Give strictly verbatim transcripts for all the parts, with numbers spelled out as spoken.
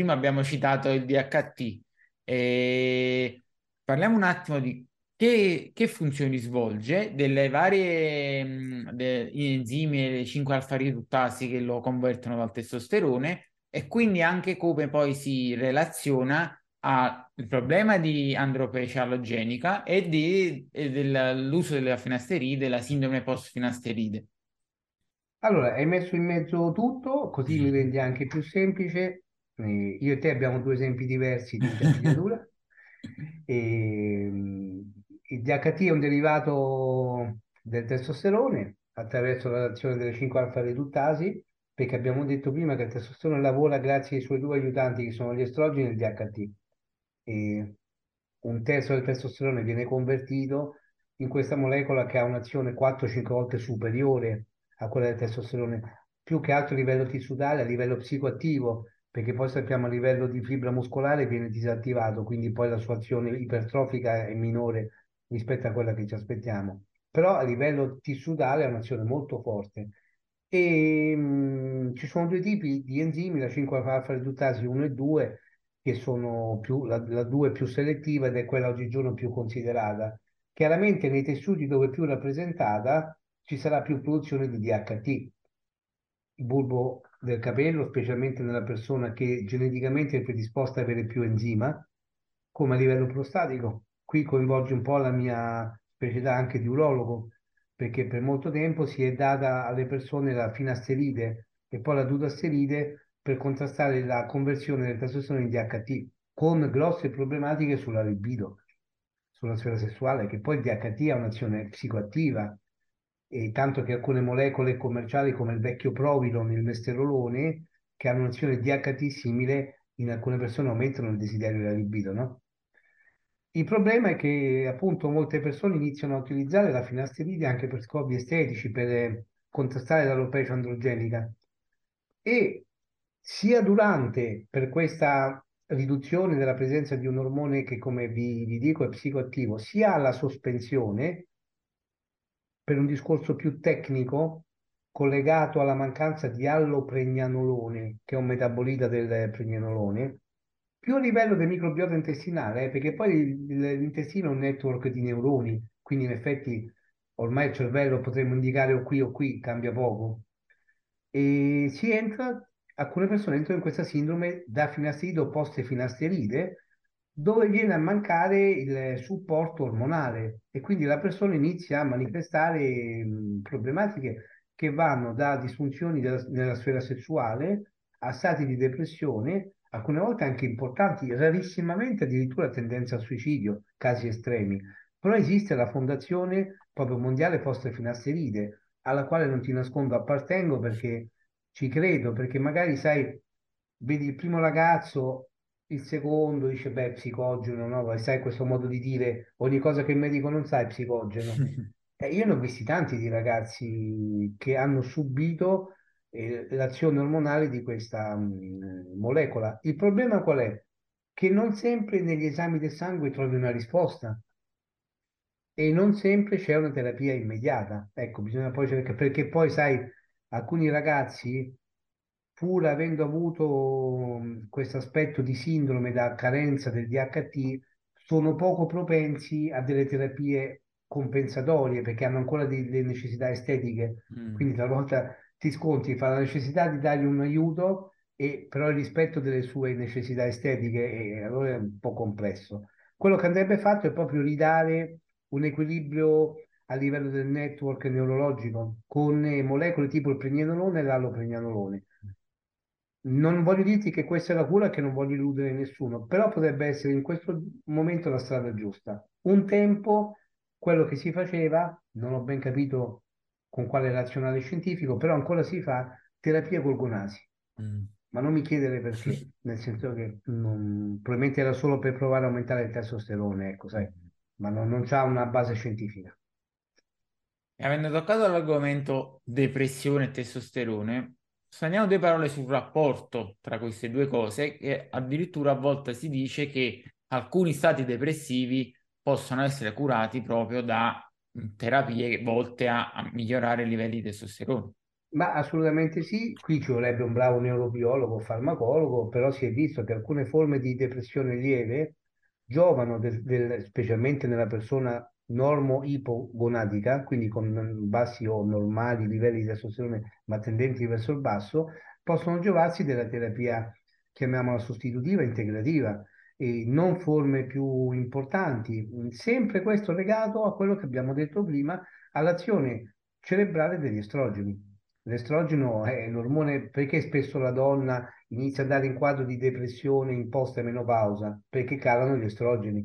prima abbiamo citato il D H T. E parliamo un attimo di che, che funzioni svolge delle varie mh, de- gli enzimi e le cinque alfa-riduttasi che lo convertono dal testosterone e quindi anche come poi si relaziona al problema di andropecia allogenica e, di, e dell'uso della finasteride, la sindrome post-finasteride. Allora, hai messo in mezzo tutto, così mi rendi anche più semplice. Eh, io e te abbiamo due esempi diversi di interpigliatura. E, mm, il D H T è un derivato del testosterone attraverso la reazione delle cinque alfa-reduttasi, perché abbiamo detto prima che il testosterone lavora grazie ai suoi due aiutanti che sono gli estrogeni e il D H T. E un terzo del testosterone viene convertito in questa molecola che ha un'azione quattro cinque volte superiore a quella del testosterone, più che altro a livello tissutale, a livello psicoattivo, perché poi sappiamo a livello di fibra muscolare viene disattivato, quindi poi la sua azione ipertrofica è minore rispetto a quella che ci aspettiamo. Però a livello tissutale ha un'azione molto forte. E mh, ci sono due tipi di enzimi, la cinque-alfa-reduttasi uno e due, che sono più, la, la due è più selettiva ed è quella oggigiorno più considerata. Chiaramente nei tessuti dove è più rappresentata ci sarà più produzione di D H T, il bulbo del capello, specialmente nella persona che geneticamente è predisposta ad avere più enzima, come a livello prostatico. Qui coinvolge un po' la mia specialità anche di urologo, perché per molto tempo si è data alle persone la finasteride e poi la dutasteride per contrastare la conversione del testosterone in D H T, con grosse problematiche sulla libido, sulla sfera sessuale, che poi il D H T ha un'azione psicoattiva, e tanto che alcune molecole commerciali come il vecchio Provilon, il mesterolone, che hanno un'azione D H T simile, in alcune persone aumentano il desiderio della libido, no? Il problema è che appunto molte persone iniziano a utilizzare la finasteride anche per scopi estetici, per eh, contrastare l'alopecia androgenica e sia durante, per questa riduzione della presenza di un ormone che, come vi, vi dico, è psicoattivo, sia alla sospensione, per un discorso più tecnico, collegato alla mancanza di allopregnanolone, che è un metabolita del pregnanolone, più a livello del microbiota intestinale, eh, perché poi il- il- l'intestino è un network di neuroni, quindi in effetti ormai il cervello potremmo indicare o qui o qui, cambia poco. E si entra, alcune persone entrano in questa sindrome da finasteride o post-finasteride, dove viene a mancare il supporto ormonale e quindi la persona inizia a manifestare mh, problematiche che vanno da disfunzioni della- nella sfera sessuale a stati di depressione, alcune volte anche importanti, rarissimamente addirittura tendenza al suicidio, casi estremi. Però esiste la Fondazione proprio Mondiale Post-Finasteride, alla quale non ti nascondo appartengo perché ci credo, perché magari sai, vedi il primo ragazzo, il secondo dice beh, psicogeno, no? Sai questo modo di dire ogni cosa che il medico non sa è psicogeno. Eh, io ne ho visti tanti di ragazzi che hanno subito eh, l'azione ormonale di questa mh, molecola. Il problema qual è? Che non sempre negli esami del sangue trovi una risposta e non sempre c'è una terapia immediata. Ecco, bisogna poi cercare, perché poi sai, alcuni ragazzi, pur avendo avuto questo aspetto di sindrome da carenza del D H T, sono poco propensi a delle terapie compensatorie perché hanno ancora delle necessità estetiche. Mm. Quindi talvolta ti sconti fra la necessità di dargli un aiuto e però il rispetto delle sue necessità estetiche, e allora è un po' complesso. Quello che andrebbe fatto è proprio ridare un equilibrio a livello del network neurologico con eh, molecole tipo il pregnenolone e l'allopregnanolone. Non voglio dirti che questa è la cura, che non voglio illudere nessuno, però potrebbe essere in questo momento la strada giusta. Un tempo, quello che si faceva, non ho ben capito con quale razionale scientifico, però ancora si fa terapia col gonasi, Mm. ma non mi chiedere perché, nel senso che non- probabilmente era solo per provare a aumentare il testosterone, ecco, sai, ma non, non c'ha una base scientifica. E avendo toccato l'argomento depressione e testosterone, spegniamo due parole sul rapporto tra queste due cose, che addirittura a volte si dice che alcuni stati depressivi possono essere curati proprio da mm, terapie volte a, a migliorare i livelli di testosterone. Ma assolutamente sì, qui ci vorrebbe un bravo neurobiologo, farmacologo, però si è visto che alcune forme di depressione lieve giovano, del- del- specialmente nella persona normo-ipogonadica, quindi con bassi o normali livelli di testosterone ma tendenti verso il basso, possono giovarsi della terapia, chiamiamola sostitutiva, integrativa, e non forme più importanti. Sempre questo legato a quello che abbiamo detto prima, all'azione cerebrale degli estrogeni. L'estrogeno è l'ormone, perché spesso la donna inizia ad andare in quadro di depressione in post-menopausa? Perché calano gli estrogeni.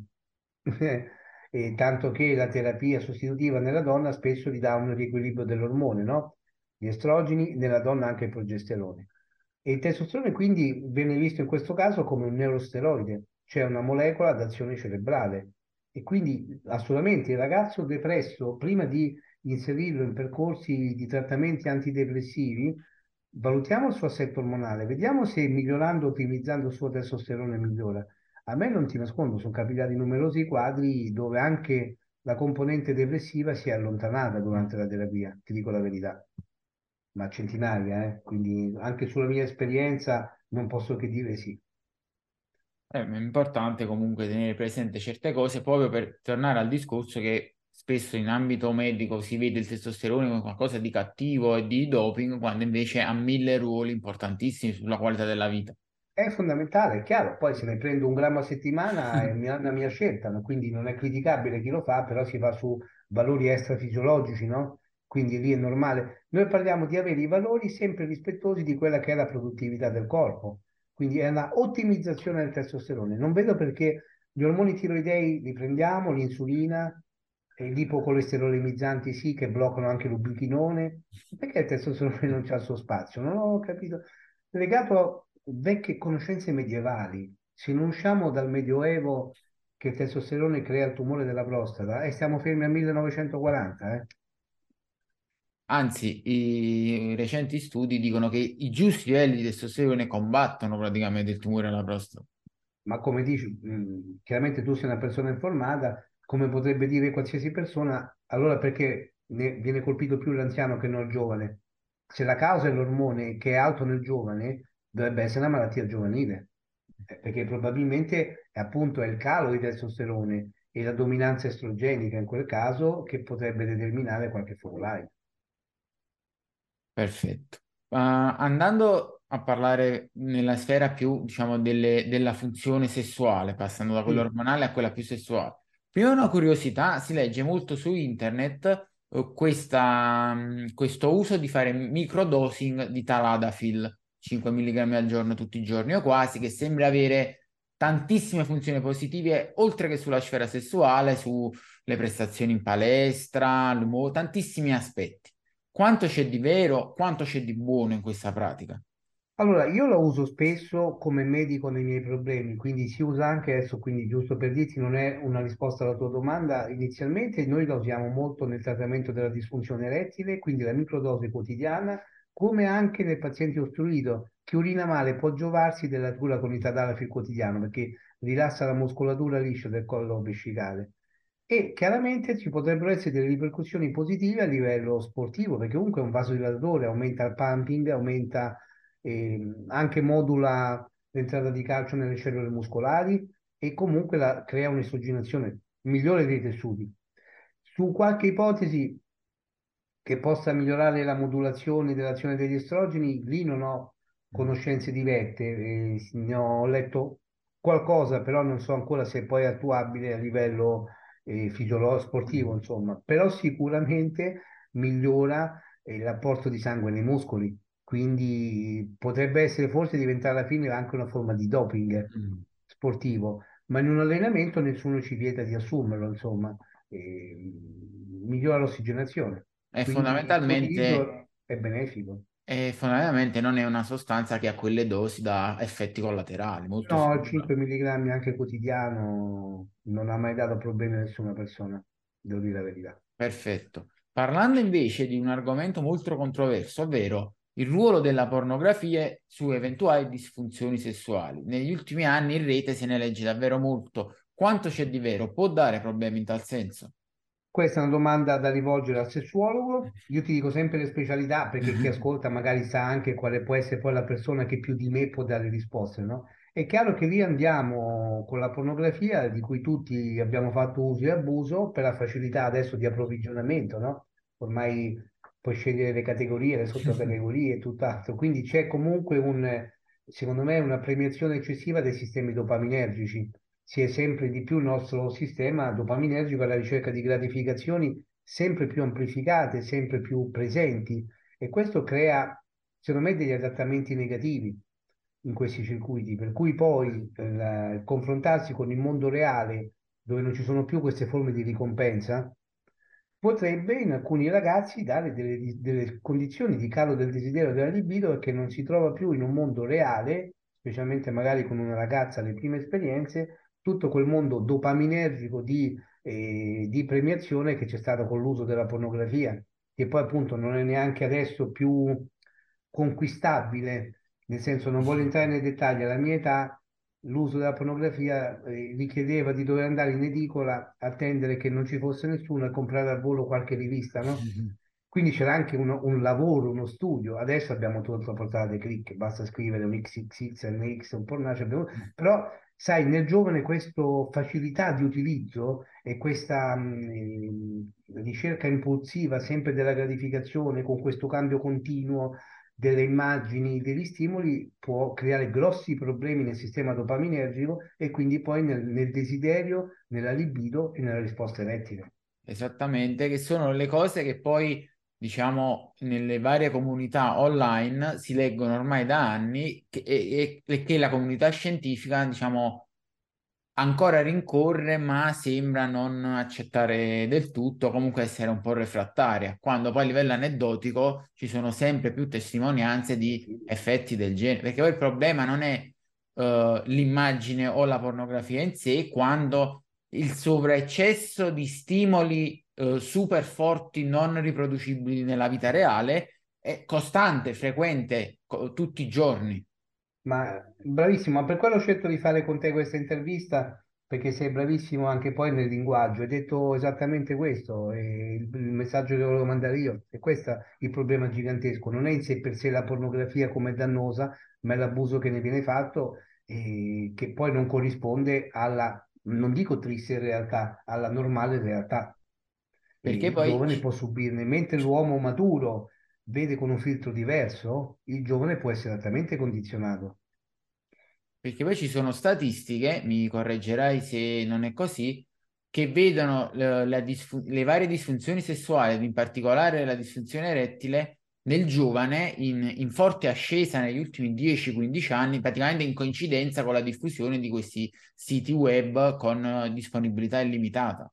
E tanto che la terapia sostitutiva nella donna spesso gli dà un riequilibrio dell'ormone, no? Gli estrogeni, nella donna anche il progesterone. E il testosterone quindi viene visto in questo caso come un neurosteroide, cioè una molecola ad azione cerebrale. E quindi assolutamente il ragazzo depresso, prima di inserirlo in percorsi di trattamenti antidepressivi, valutiamo il suo assetto ormonale, vediamo se migliorando, ottimizzando il suo testosterone migliora. A me non ti nascondo, sono capitati numerosi quadri dove anche la componente depressiva si è allontanata durante la terapia, ti dico la verità, ma centinaia, eh? Quindi anche sulla mia esperienza non posso che dire sì. Eh, ma è importante comunque tenere presente certe cose proprio per tornare al discorso che spesso in ambito medico si vede il testosterone come qualcosa di cattivo e di doping, quando invece ha mille ruoli importantissimi sulla qualità della vita. È fondamentale, è chiaro, poi se ne prendo un grammo a settimana è mia- una mia scelta, no? Quindi non è criticabile chi lo fa, però si va su valori extrafisiologici, no? Quindi lì è normale. Noi parliamo di avere i valori sempre rispettosi di quella che è la produttività del corpo, quindi è una ottimizzazione del testosterone. Non vedo perché gli ormoni tiroidei li prendiamo, l'insulina, e gli ipocolesterolemizzanti sì, che bloccano anche l'ubiquinone, perché il testosterone non c'ha il suo spazio? Non ho capito legato a vecchie conoscenze medievali. Se non usciamo dal Medioevo che il testosterone crea il tumore della prostata e stiamo fermi al millenovecentoquaranta, eh. Anzi, i recenti studi dicono che i giusti livelli di testosterone combattono praticamente il tumore alla prostata. Ma come dici, mh, chiaramente tu sei una persona informata, come potrebbe dire qualsiasi persona, allora perché ne viene colpito più l'anziano che non il giovane? Se la causa è l'ormone che è alto nel giovane, dovrebbe essere una malattia giovanile. Eh, perché probabilmente è appunto è il calo di testosterone e la dominanza estrogenica in quel caso che potrebbe determinare qualche focolaio. Perfetto. Ah, andando a parlare nella sfera più, diciamo, delle- della funzione sessuale, passando da quella Sì. ormonale a quella più sessuale. Prima una curiosità, si legge molto su internet eh, questa, mh, questo uso di fare microdosing di Taladafil, cinque milligrammi al giorno tutti i giorni o quasi, che sembra avere tantissime funzioni positive, oltre che sulla sfera sessuale, sulle prestazioni in palestra, l'umore, tantissimi aspetti. Quanto c'è di vero, quanto c'è di buono in questa pratica? Allora, io lo uso spesso come medico nei miei problemi, quindi si usa anche adesso, quindi giusto per dirti, non è una risposta alla tua domanda, inizialmente noi la usiamo molto nel trattamento della disfunzione erettile, quindi la microdose quotidiana, come anche nel paziente ostruito, chi urina male può giovarsi della cura con il tadalafil quotidiano, perché rilassa la muscolatura liscia del collo vescicale. E chiaramente ci potrebbero essere delle ripercussioni positive a livello sportivo, perché comunque è un vasodilatatore, aumenta il pumping, aumenta ehm, anche modula l'entrata di calcio nelle cellule muscolari e comunque la- crea un'esoginazione migliore dei tessuti. Su qualche ipotesi che possa migliorare la modulazione dell'azione degli estrogeni, lì non ho conoscenze dirette, eh, ne ho letto qualcosa, però non so ancora se poi è attuabile a livello eh, fisiologico, sportivo, insomma, però sicuramente migliora eh, l'apporto di sangue nei muscoli, quindi potrebbe essere forse diventare alla fine anche una forma di doping Mm. sportivo, ma in un allenamento nessuno ci vieta di assumerlo, insomma, eh, migliora l'ossigenazione. E Quindi il suo fondamentalmente, utilizzo è benefico. e fondamentalmente non è una sostanza che a quelle dosi dà effetti collaterali, molto No, il sicuramente. cinque milligrammi anche quotidiano non ha mai dato problemi a nessuna persona, devo dire la verità. Perfetto. Parlando invece di un argomento molto controverso, ovvero il ruolo della pornografia su eventuali disfunzioni sessuali. Negli ultimi anni in rete se ne legge davvero molto. Quanto c'è di vero? Può dare problemi in tal senso? Questa è una domanda da rivolgere al sessuologo. Io ti dico sempre le specialità perché chi ascolta magari sa anche quale può essere poi la persona che più di me può dare risposte, no? È chiaro che lì andiamo con la pornografia di cui tutti abbiamo fatto uso e abuso per la facilità adesso di approvvigionamento, no? Ormai puoi scegliere le categorie, le sottocategorie e tutt'altro. Quindi c'è comunque un, secondo me, una premiazione eccessiva dei sistemi dopaminergici. Si è sempre di più il nostro sistema dopaminergico alla ricerca di gratificazioni sempre più amplificate, sempre più presenti e questo crea, secondo me, degli adattamenti negativi in questi circuiti, per cui poi eh, confrontarsi con il mondo reale, dove non ci sono più queste forme di ricompensa, potrebbe in alcuni ragazzi dare delle, delle condizioni di calo del desiderio della libido perché non si trova più in un mondo reale, specialmente magari con una ragazza alle prime esperienze, tutto quel mondo dopaminergico di, eh, di premiazione che c'è stato con l'uso della pornografia, che poi appunto non è neanche adesso più conquistabile, nel senso non voglio entrare nei dettagli, alla mia età l'uso della pornografia eh, richiedeva di dover andare in edicola, attendere che non ci fosse nessuno e comprare al volo qualche rivista, no? Quindi c'era anche uno- un lavoro, uno studio. Adesso abbiamo tutto a portata dei click, basta scrivere un X X X, un X, un pornace, abbiamo- però sai, nel giovane questa facilità di utilizzo e questa mh, ricerca impulsiva sempre della gratificazione con questo cambio continuo delle immagini, degli stimoli può creare grossi problemi nel sistema dopaminergico e quindi poi nel, nel desiderio, nella libido e nella risposta erettile. Esattamente, che sono le cose che poi, diciamo, nelle varie comunità online si leggono ormai da anni che- e, e- e che la comunità scientifica, diciamo, ancora rincorre, ma sembra non accettare del tutto, comunque essere un po' refrattaria, quando poi a livello aneddotico ci sono sempre più testimonianze di effetti del genere, perché poi il problema non è eh, l'immagine o la pornografia in sé, quando il sovraeccesso di stimoli eh, super forti, non riproducibili nella vita reale, è costante, frequente, co- tutti i giorni. Ma bravissimo, ma per quello ho scelto di fare con te questa intervista, perché sei bravissimo anche poi nel linguaggio. Hai detto esattamente questo, e il, il messaggio che volevo mandare io. E questo è il problema gigantesco. Non è in sé per sé la pornografia come dannosa, ma è l'abuso che ne viene fatto e che poi non corrisponde alla, non dico triste realtà, alla normale realtà. E Perché il poi giovane può subirne, mentre l'uomo maturo vede con un filtro diverso, il giovane può essere altamente condizionato. Perché poi ci sono statistiche, mi correggerai se non è così, che vedono eh, la disfu- le varie disfunzioni sessuali, in particolare la disfunzione erettile, nel giovane in, in forte ascesa negli ultimi dieci quindici anni, praticamente in coincidenza con la diffusione di questi siti web con eh, disponibilità illimitata.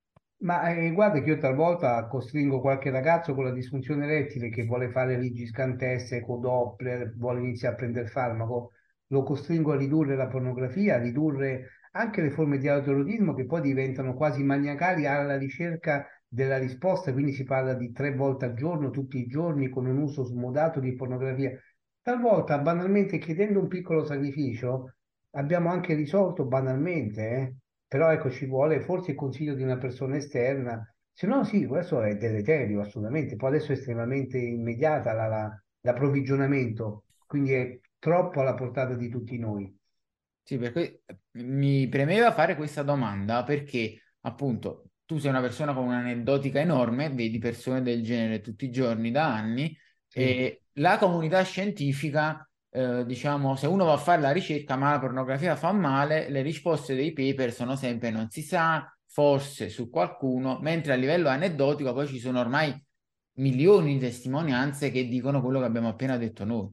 Ma eh, guarda che io talvolta costringo qualche ragazzo con la disfunzione erettile che vuole fare l'Igiscantesse, Doppler, vuole iniziare a prendere il farmaco, lo costringo a ridurre la pornografia, a ridurre anche le forme di autoerotismo che poi diventano quasi maniacali alla ricerca della risposta, quindi si parla di tre volte al giorno, tutti i giorni, con un uso smodato di pornografia. Talvolta, banalmente, chiedendo un piccolo sacrificio, abbiamo anche risolto banalmente, eh. Però ecco, ci vuole forse il consiglio di una persona esterna, se no sì, questo è deleterio assolutamente. Poi adesso è estremamente immediata la- la- l'approvvigionamento, quindi è troppo alla portata di tutti noi. Sì, per cui mi premeva fare questa domanda perché appunto tu sei una persona con un'aneddotica enorme, vedi persone del genere tutti i giorni da anni Sì. e la comunità scientifica, eh, diciamo, se uno va a fare la ricerca ma la pornografia fa male, le risposte dei paper sono sempre non si sa, forse su qualcuno, mentre a livello aneddotico poi ci sono ormai milioni di testimonianze che dicono quello che abbiamo appena detto noi.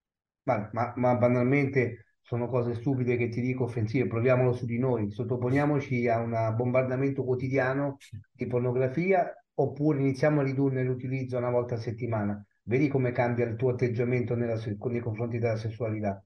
Ma, ma- ma banalmente sono cose stupide che ti dico offensive, proviamolo su di noi, sottoponiamoci a un bombardamento quotidiano di pornografia oppure iniziamo a ridurne l'utilizzo una volta a settimana. Vedi come cambia il tuo atteggiamento nella se- nei confronti della sessualità.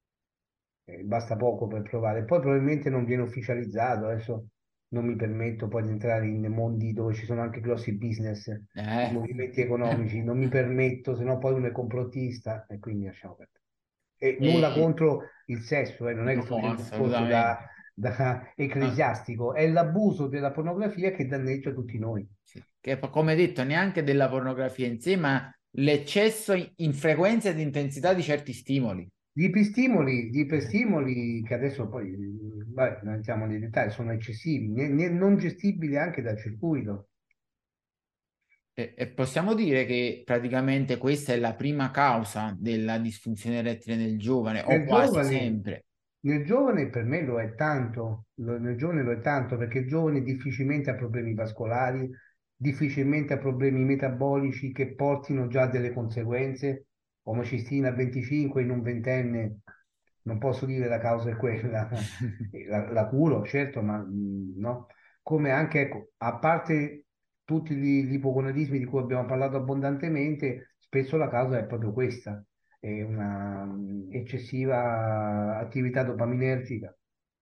Eh, basta poco per provare. Poi probabilmente non viene ufficializzato, adesso non mi permetto poi di entrare in mondi dove ci sono anche grossi business, i Eh. movimenti economici, non mi permetto, se no poi uno è complottista e quindi lasciamo perdere. E nulla E- contro il sesso, eh, non è che sto no, facendo un discorso da, assolutamente. da Ah, ecclesiastico, è l'abuso della pornografia che danneggia tutti noi. sì. Che poi, come detto, neanche della pornografia in sé, ma l'eccesso in in frequenza ed intensità di certi stimoli. Gli iperstimoli, gli iperstimoli che adesso poi, vabbè, non entriamo nei dettagli, sono eccessivi, ne- ne- non gestibili anche dal circuito. E, e possiamo dire che praticamente questa è la prima causa della disfunzione erettile nel giovane, o Nel quasi giovane, sempre. nel giovane per me lo è tanto, lo- nel giovane lo è tanto perché il giovane difficilmente ha problemi vascolari, difficilmente ha problemi metabolici che portino già a delle conseguenze. Omocistina a venticinque in un ventenne, non posso dire la causa è quella, eh, la, la curo, certo, ma mm, no. Come anche, ecco, a parte tutti gli, gli ipogonadismi di cui abbiamo parlato abbondantemente, spesso la causa è proprio questa e una mm, eccessiva attività dopaminergica.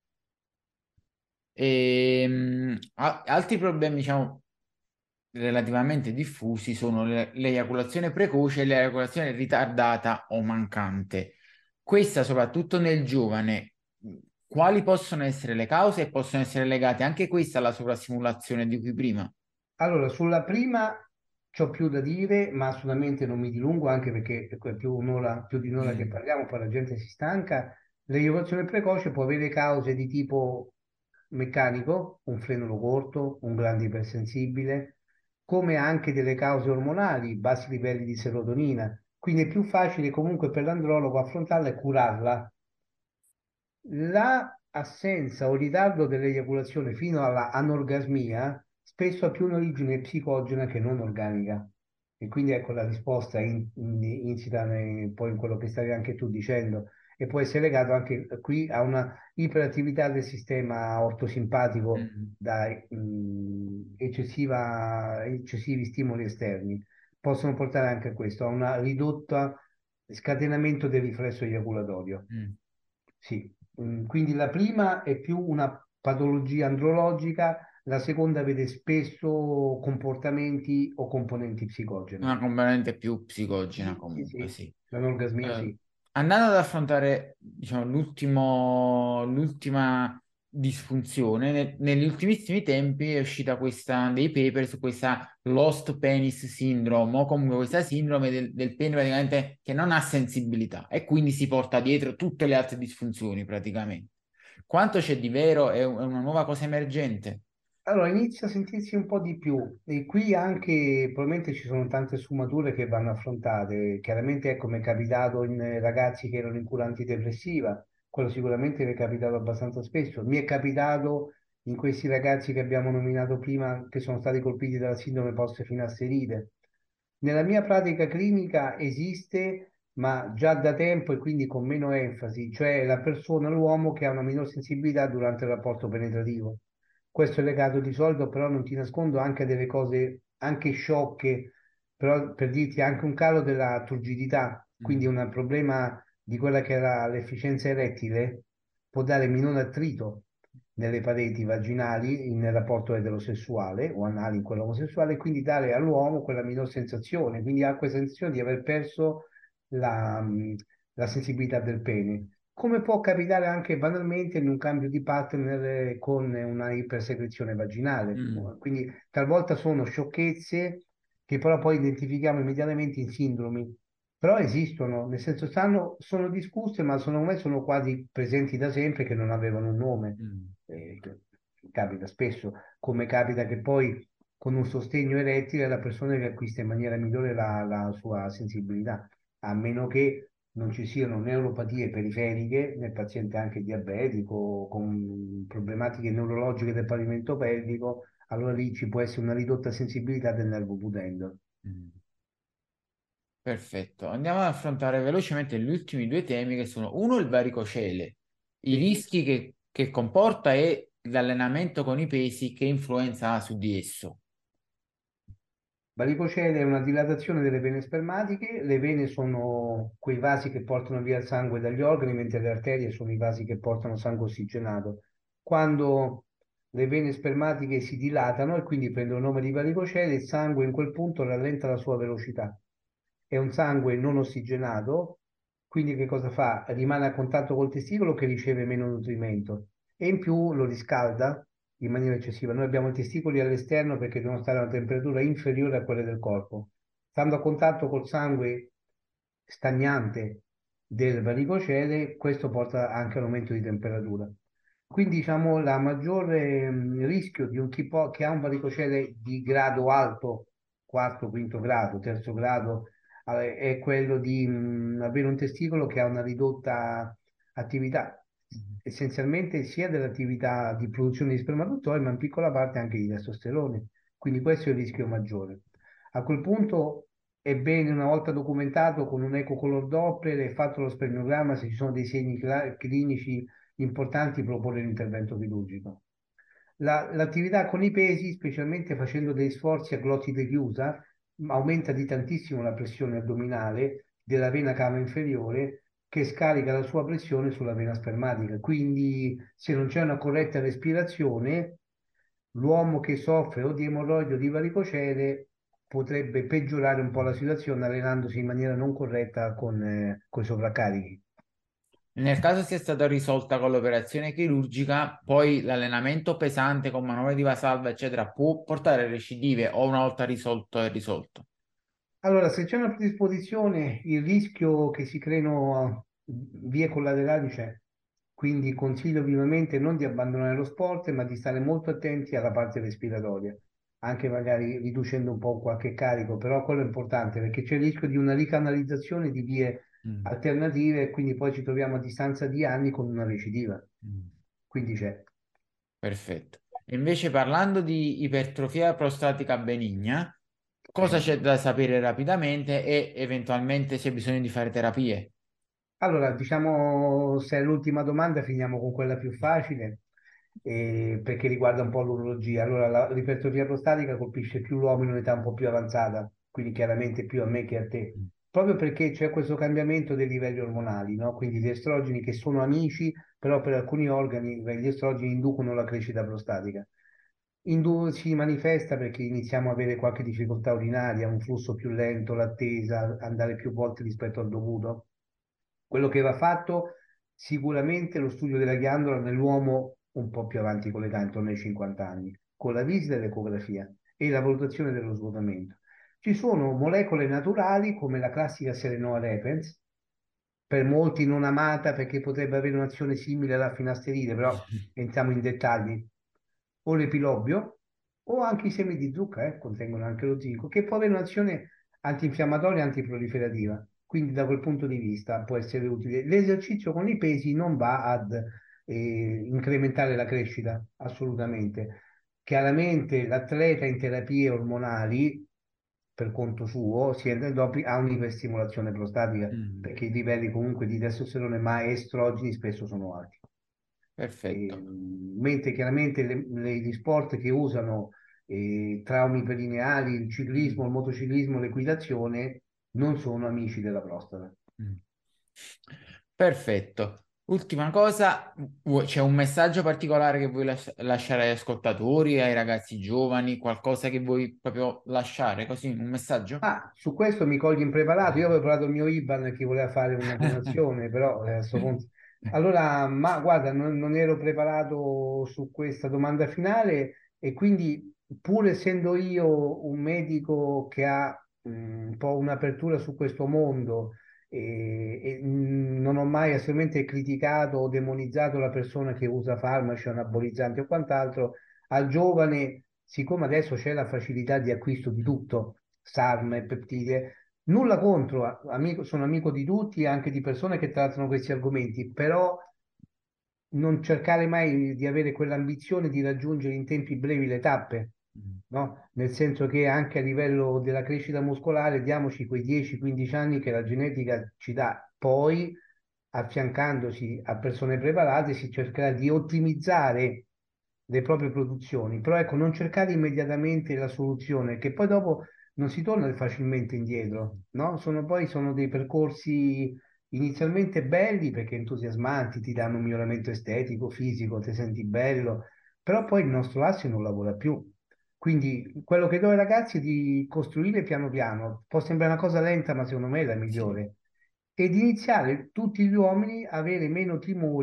E, mh, a- altri problemi, diciamo, relativamente diffusi sono le- l'eiaculazione precoce e l'eiaculazione ritardata o mancante. Questa, soprattutto nel giovane, mh, quali possono essere le cause e possono essere legate anche questa alla sovrastimolazione di cui prima? Allora, sulla prima c'ho più da dire, ma assolutamente non mi dilungo, anche perché ecco, è più, un'ora, più di un'ora che Mm, parliamo, poi la gente si stanca. L'eiaculazione precoce può avere cause di tipo meccanico, un frenulo corto, un grande ipersensibile, come anche delle cause ormonali, bassi livelli di serotonina. Quindi è più facile comunque per l'andrologo affrontarla e curarla. La assenza o ritardo dell'eiaculazione fino alla anorgasmia spesso ha più un'origine psicogena che non organica. E quindi ecco la risposta in- in- insita ne- poi in quello che stavi anche tu dicendo e può essere legato anche qui a una iperattività del sistema ortosimpatico mm, da mh, eccessiva- eccessivi stimoli esterni. Possono portare anche a questo, a una ridotta scatenamento del riflesso eiaculatorio. mm. Sì, mm, quindi la prima è più una patologia andrologica, la seconda vede spesso comportamenti o componenti psicogene. Una componente più psicogena Sì, sì, comunque, sì, sì. l'anorgasmia Eh, sì. andando ad affrontare, diciamo, l'ultimo, l'ultima disfunzione, ne- negli ultimissimi tempi è uscita questa, dei paper su questa Lost Penis Syndrome, o comunque questa sindrome del, del pene praticamente che non ha sensibilità e quindi si porta dietro tutte le altre disfunzioni praticamente. Quanto c'è di vero è un- è una nuova cosa emergente? Allora inizia a sentirsi un po' di più e qui anche probabilmente ci sono tante sfumature che vanno affrontate. Chiaramente ecco, mi è capitato in eh, ragazzi che erano in cura antidepressiva, quello sicuramente mi è capitato abbastanza spesso. Mi è capitato in questi ragazzi che abbiamo nominato prima che sono stati colpiti dalla sindrome post-finasteride. Nella mia pratica clinica esiste, ma già da tempo e quindi con meno enfasi, cioè la persona, l'uomo che ha una minor sensibilità durante il rapporto penetrativo. Questo è legato di solito, però non ti nascondo anche a delle cose anche sciocche, però per dirti anche un calo della turgidità, quindi Mm, un problema di quella che era l'efficienza erettile, può dare minore attrito nelle pareti vaginali in- nel rapporto eterosessuale o anale in quello omosessuale, e quindi dare all'uomo quella minor sensazione, quindi ha questa sensazione di aver perso la, mh, la sensibilità del pene. Come può capitare anche banalmente in un cambio di partner eh, con una ipersecrezione vaginale. mm, Quindi talvolta sono sciocchezze che però poi identifichiamo immediatamente in sindromi, però esistono, nel senso stanno, sono discusse, ma secondo me sono quasi presenti da sempre che non avevano un nome. mm, Eh, capita spesso, come capita che poi con un sostegno erettile la persona riacquista in maniera migliore la, la sua sensibilità, a meno che non ci siano neuropatie periferiche nel paziente anche diabetico, con problematiche neurologiche del pavimento pelvico, allora lì ci può essere una ridotta sensibilità del nervo pudendo. mm. Perfetto, andiamo ad affrontare velocemente gli ultimi due temi che sono uno il varicocele, i Sì. rischi che, che comporta e l'allenamento con i pesi che influenza ha su di esso. Varicocele è una dilatazione delle vene spermatiche, le vene sono quei vasi che portano via il sangue dagli organi, mentre le arterie sono i vasi che portano sangue ossigenato. Quando le vene spermatiche si dilatano e quindi prendono il nome di varicocele, il sangue in quel punto rallenta la sua velocità. È un sangue non ossigenato, quindi che cosa fa? Rimane a contatto col testicolo che riceve meno nutrimento e in più lo riscalda in maniera eccessiva. Noi abbiamo i testicoli all'esterno perché devono stare a una temperatura inferiore a quella del corpo. Stando a contatto col sangue stagnante del varicocele, questo porta anche all'aumento di temperatura. Quindi, diciamo, la maggiore mh, rischio di un chi po- che ha un varicocele di grado alto, quarto, quinto grado, terzo grado, eh, è quello di mh, avere un testicolo che ha una ridotta attività, essenzialmente sia dell'attività di produzione di spermatozoi, ma in piccola parte anche di testosterone. Quindi questo è il rischio maggiore. A quel punto è bene, una volta documentato con un ecocolor Doppler e fatto lo spermiogramma, se ci sono dei segni cla- clinici importanti, proporre l'intervento chirurgico. La- l'attività con i pesi, specialmente facendo degli sforzi a glottide chiusa, aumenta di tantissimo la pressione addominale della vena cava inferiore che scarica la sua pressione sulla vena spermatica. Quindi, se non c'è una corretta respirazione, l'uomo che soffre o di emorroidi o di varicocele potrebbe peggiorare un po' la situazione allenandosi in maniera non corretta con, eh, con i sovraccarichi. Nel caso sia stata risolta con l'operazione chirurgica, poi l'allenamento pesante con manovre di Vasalva, eccetera, può portare a recidive o una volta risolto è risolto. Allora, se c'è una predisposizione, il rischio che si creino vie collaterali c'è. Quindi consiglio vivamente non di abbandonare lo sport, ma di stare molto attenti alla parte respiratoria, anche magari riducendo un po' qualche carico, però quello è importante perché c'è il rischio di una ricanalizzazione di vie Mm, alternative e quindi poi ci troviamo a distanza di anni con una recidiva. mm. Quindi c'è. Perfetto. E invece parlando di ipertrofia prostatica benigna, cosa Sì. c'è da sapere rapidamente e eventualmente c'è bisogno di fare terapie? Allora, diciamo, se è l'ultima domanda, finiamo con quella più facile, eh, perché riguarda un po' l'urologia. Allora, la- l'ipertrofia prostatica colpisce più l'uomo in un'età un po' più avanzata, quindi chiaramente più a me che a te, Mm, proprio perché c'è questo cambiamento dei livelli ormonali, no? Quindi gli estrogeni che sono amici, però per alcuni organi gli estrogeni inducono la crescita prostatica. Indu- si manifesta perché iniziamo a avere qualche difficoltà urinaria, un flusso più lento, l'attesa, andare più volte rispetto al dovuto. Quello che va fatto sicuramente è lo studio della ghiandola nell'uomo un po' più avanti con l'età, intorno ai cinquanta anni, con la visita e l'ecografia e la valutazione dello svuotamento. Ci sono molecole naturali come la classica Selenoa repens, per molti non amata perché potrebbe avere un'azione simile alla finasteride, però entriamo in dettagli, o l'epilobio, o anche i semi di zucca, eh, contengono anche lo zinco, che può avere un'azione antinfiammatoria e antiproliferativa. Quindi da quel punto di vista può essere utile. L'esercizio con i pesi non va ad eh, incrementare la crescita, assolutamente. Chiaramente l'atleta in terapie ormonali, per conto suo, si entra dopo, ha un'iperstimolazione prostatica mm, perché i livelli comunque di testosterone ma estrogeni spesso sono alti. E, perfetto. mentre chiaramente le- le- gli sport che usano eh, traumi perineali, il ciclismo, Mm, il motociclismo, l'equitazione, non sono amici della prostata. mm. Perfetto. Ultima cosa, vu- c'è un messaggio particolare che vuoi lasci- lasciare agli ascoltatori, ai ragazzi giovani, qualcosa che vuoi proprio lasciare, così, un messaggio? Ah, su questo mi cogli impreparato. Io avevo provato il mio IBAN che voleva fare una donazione, però eh, a sto punto... Allora, ma guarda, non, non ero preparato su questa domanda finale e quindi, pur essendo io un medico che ha mm, un po' un'apertura su questo mondo e, e, mm, non ho mai assolutamente criticato o demonizzato la persona che usa farmaci, anabolizzanti o quant'altro, al giovane, siccome adesso c'è la facilità di acquisto di tutto sarme, peptide. Nulla contro, a- amico- sono amico di tutti, anche di persone che trattano questi argomenti, però non cercare mai di avere quell'ambizione di raggiungere in tempi brevi le tappe, no? Nel senso che anche a livello della crescita muscolare diamoci quei dieci quindici anni che la genetica ci dà, poi affiancandosi a persone preparate si cercherà di ottimizzare le proprie produzioni, però ecco, non cercare immediatamente la soluzione, che poi dopo non si torna facilmente indietro, no? Sono poi sono dei percorsi inizialmente belli perché entusiasmanti, ti danno un miglioramento estetico, fisico, ti senti bello, però poi il nostro asse non lavora più. Quindi quello che do ai ragazzi è di costruire piano piano, può sembrare una cosa lenta, ma secondo me è la Sì. migliore, ed iniziare tutti gli uomini a avere meno timori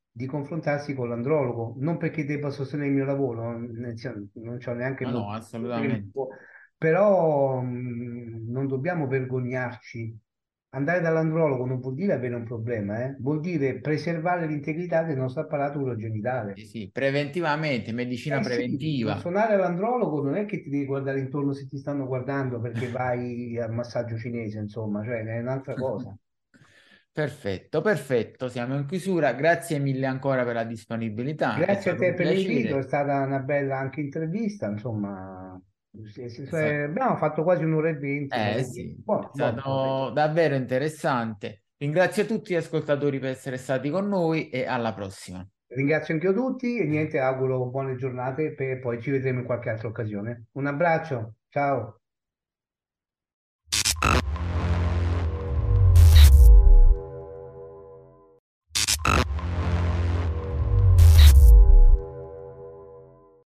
di confrontarsi con l'andrologo, non perché debba sostenere il mio lavoro, non, nel sen- non c'ho neanche No, no, molto assolutamente. tempo, però mh, non dobbiamo vergognarci. Andare dall'andrologo non vuol dire avere un problema, eh? Vuol dire preservare l'integrità del nostro apparato urogenitale. Sì, sì, preventivamente, medicina Eh sì, non preventiva. suonare all'andrologo non è che ti devi guardare intorno se ti stanno guardando perché vai al massaggio cinese, insomma, cioè è un'altra cosa. Perfetto, perfetto, siamo in chiusura. Grazie mille ancora per la disponibilità, è Grazie a stato te un per l'invito, è piacere. stata una bella anche intervista, insomma, sì, sì, È sì, sta- abbiamo fatto quasi un'ora e venti, una eh ventina. sì, è Buono, buono, buono. stato davvero interessante. Ringrazio tutti gli ascoltatori per essere stati con noi e alla prossima. Ringrazio anche io tutti e niente, auguro buone giornate e poi ci vedremo in qualche altra occasione. Un abbraccio, ciao.